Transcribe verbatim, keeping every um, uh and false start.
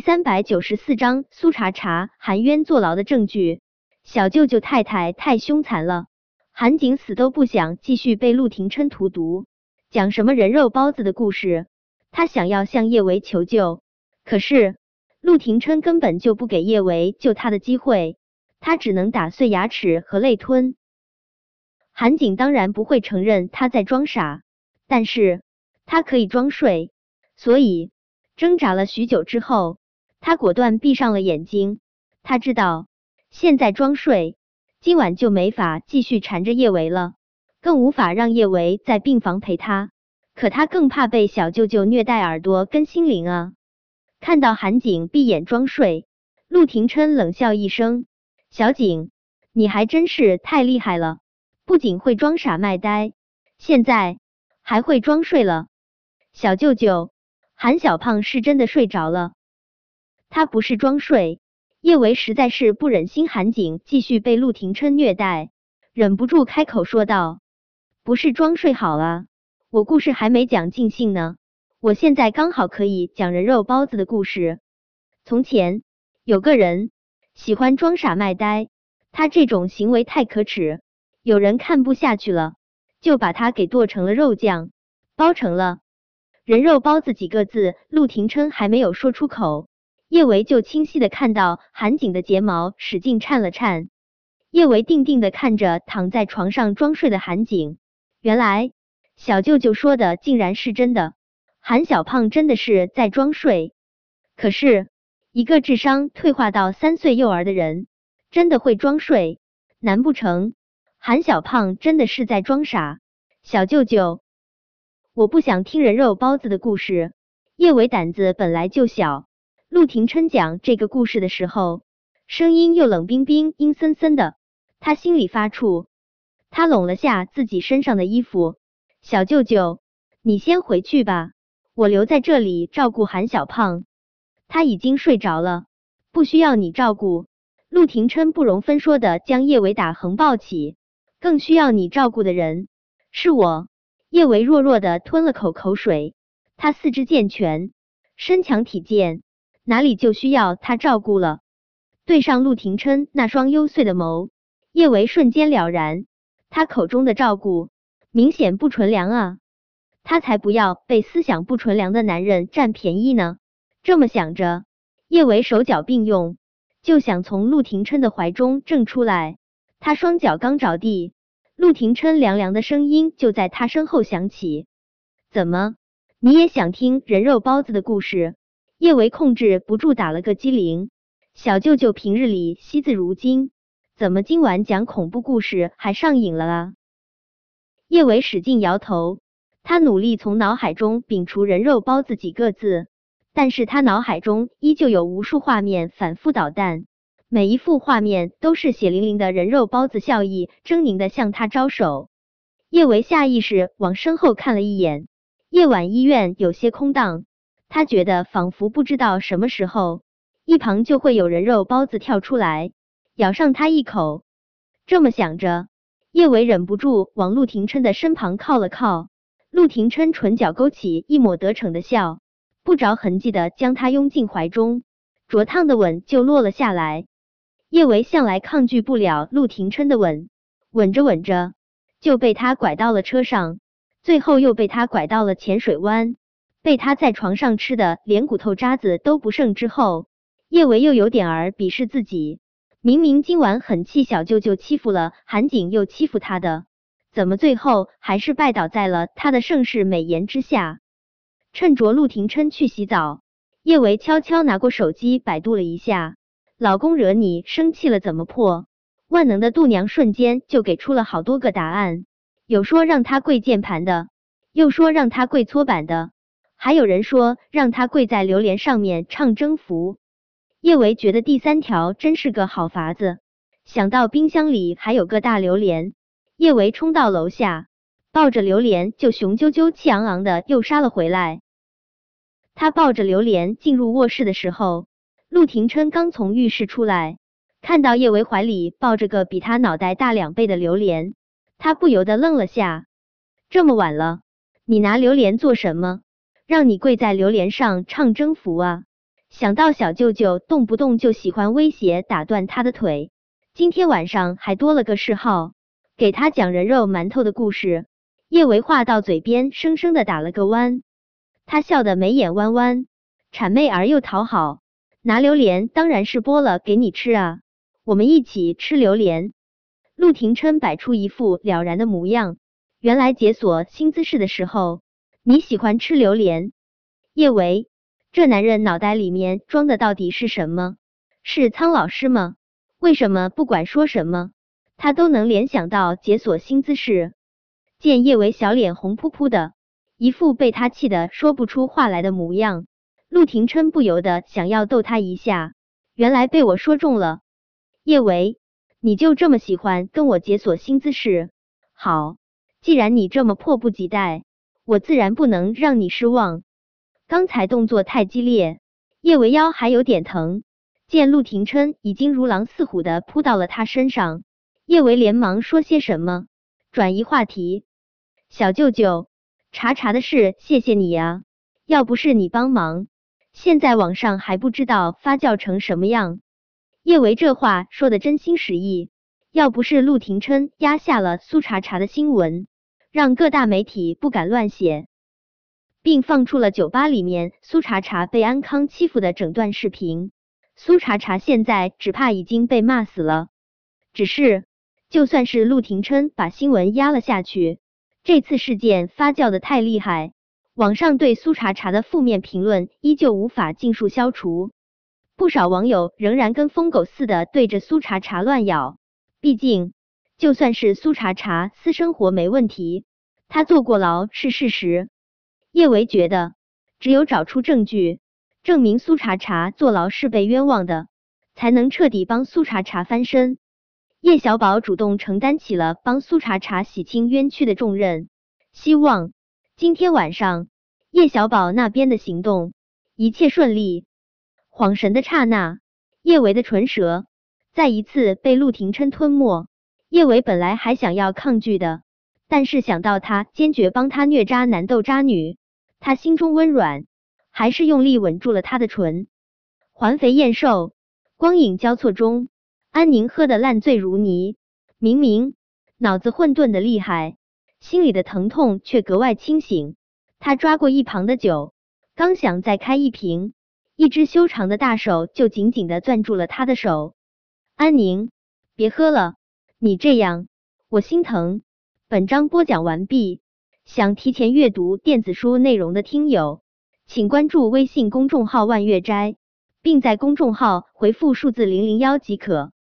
三百九十四章苏茶茶含冤坐牢的证据。小舅舅太太太凶残了，韩景死都不想继续被陆廷琛荼毒，讲什么人肉包子的故事，他想要向叶维求救，可是陆廷琛根本就不给叶维救他的机会，他只能打碎牙齿和泪吞。韩景当然不会承认他在装傻，但是他可以装睡，所以挣扎了许久之后，他果断闭上了眼睛。他知道现在装睡，今晚就没法继续缠着叶维了，更无法让叶维在病房陪他。可他更怕被小舅舅虐待耳朵跟心灵啊！看到韩景闭眼装睡，陆廷琛冷笑一声：“小景，你还真是太厉害了，不仅会装傻卖呆，现在还会装睡了。”小舅舅，韩小胖是真的睡着了，他不是装睡。叶维实在是不忍心韩景继续被陆廷琛虐待，忍不住开口说道：“不是装睡好啊，我故事还没讲尽兴呢，我现在刚好可以讲人肉包子的故事。从前有个人喜欢装傻卖呆，他这种行为太可耻，有人看不下去了，就把他给剁成了肉酱，包成了人肉包子几个字。陆廷琛还没有说出口，叶维就清晰的看到韩景的睫毛使劲颤了颤。叶维定定的看着躺在床上装睡的韩景，原来小舅舅说的竟然是真的，韩小胖真的是在装睡。可是一个智商退化到三岁幼儿的人真的会装睡？难不成韩小胖真的是在装傻？小舅舅，我不想听人肉包子的故事。叶维胆子本来就小，陆廷琛讲这个故事的时候，声音又冷冰冰阴森森的，他心里发怵。他拢了下自己身上的衣服：“小舅舅，你先回去吧，我留在这里照顾韩小胖，他已经睡着了，不需要你照顾。”陆廷琛不容分说的将叶维打横抱起：“更需要你照顾的人是我。”叶维弱弱的吞了口口水，他四肢健全，身强体健，哪里就需要他照顾了。对上陆廷琛那双幽邃的眸，叶维瞬间了然，他口中的照顾明显不纯良啊，他才不要被思想不纯良的男人占便宜呢。这么想着，叶维手脚并用，就想从陆廷琛的怀中挣出来。他双脚刚着地，陆廷琛凉凉的声音就在他身后响起：“怎么，你也想听人肉包子的故事？”叶维控制不住打了个激灵，小舅舅平日里惜字如金，怎么今晚讲恐怖故事还上瘾了啊？叶维使劲摇头，他努力从脑海中摒除人肉包子几个字，但是他脑海中依旧有无数画面反复捣蛋，每一幅画面都是血淋淋的人肉包子笑意狰狞的向他招手。叶维下意识往身后看了一眼，夜晚医院有些空荡，他觉得仿佛不知道什么时候，一旁就会有人肉包子跳出来，咬上他一口。这么想着，叶维忍不住往陆廷琛的身旁靠了靠。陆廷琛唇角勾起一抹得逞的笑，不着痕迹的将他拥进怀中，灼烫的吻就落了下来。叶维向来抗拒不了陆廷琛的吻，吻着吻着就被他拐到了车上，最后又被他拐到了浅水湾，被他在床上吃的连骨头渣子都不剩之后，叶维又有点儿鄙视自己，明明今晚很气小舅舅欺负了韩景又欺负他的，怎么最后还是拜倒在了他的盛世美颜之下。趁着陆廷琛去洗澡，叶维悄悄拿过手机百度了一下，老公惹你生气了怎么破？万能的度娘瞬间就给出了好多个答案，有说让他跪键盘的，又说让他跪搓板的，还有人说让他跪在榴莲上面唱征服。叶维觉得第三条真是个好法子，想到冰箱里还有个大榴莲，叶维冲到楼下，抱着榴莲就雄赳赳气昂昂的又杀了回来。他抱着榴莲进入卧室的时候，陆廷琛刚从浴室出来，看到叶维怀里抱着个比他脑袋大两倍的榴莲，他不由得愣了下。这么晚了，你拿榴莲做什么？让你跪在榴莲上唱征服啊？ 想到小舅舅动不动就喜欢威胁打断他的腿，今天晚上还多了个嗜好，给他讲人肉馒头的故事。叶维话到嘴边，生生的打了个弯。他笑得眉眼弯弯，谄媚而又讨好。拿榴莲当然是剥了给你吃啊，我们一起吃榴莲。陆廷琛摆出一副了然的模样，原来解锁新姿势的时候，你喜欢吃榴莲。叶维，这男人脑袋里面装的到底是什么？是苍老师吗？为什么不管说什么，他都能联想到解锁新姿势？见叶维小脸红扑扑的，一副被他气得说不出话来的模样，陆廷琛不由得想要逗他一下，原来被我说中了。叶维，你就这么喜欢跟我解锁新姿势？好，既然你这么迫不及待，我自然不能让你失望。刚才动作太激烈，叶维腰还有点疼，见陆廷琛已经如狼似虎的扑到了他身上，叶维连忙说些什么，转移话题。小舅舅，查查的事谢谢你啊，要不是你帮忙，现在网上还不知道发酵成什么样。叶维这话说的真心实意，要不是陆廷琛压下了苏茶茶的新闻，让各大媒体不敢乱写，并放出了酒吧里面苏茶茶被安康欺负的整段视频，苏茶茶现在只怕已经被骂死了。只是，就算是陆廷琛把新闻压了下去，这次事件发酵的太厉害，网上对苏茶茶的负面评论依旧无法尽数消除。不少网友仍然跟疯狗似的对着苏茶茶乱咬，毕竟，就算是苏茶茶私生活没问题，他坐过牢是事实。叶维觉得，只有找出证据，证明苏茶茶坐牢是被冤枉的，才能彻底帮苏茶茶翻身。叶小宝主动承担起了帮苏茶茶洗清冤屈的重任，希望今天晚上叶小宝那边的行动一切顺利。恍神的刹那，叶维的唇舌再一次被陆廷琛吞没。叶维本来还想要抗拒的，但是想到他坚决帮他虐渣男斗渣女，他心中温软，还是用力吻住了他的唇。环肥燕瘦，光影交错中，安宁喝得烂醉如泥，明明脑子混沌的厉害，心里的疼痛却格外清醒。他抓过一旁的酒，刚想再开一瓶，一只修长的大手就紧紧地攥住了他的手。安宁，别喝了，你这样我心疼。本章播讲完毕，想提前阅读电子书内容的听友，请关注微信公众号万月斋，并在公众号回复数字零零一即可。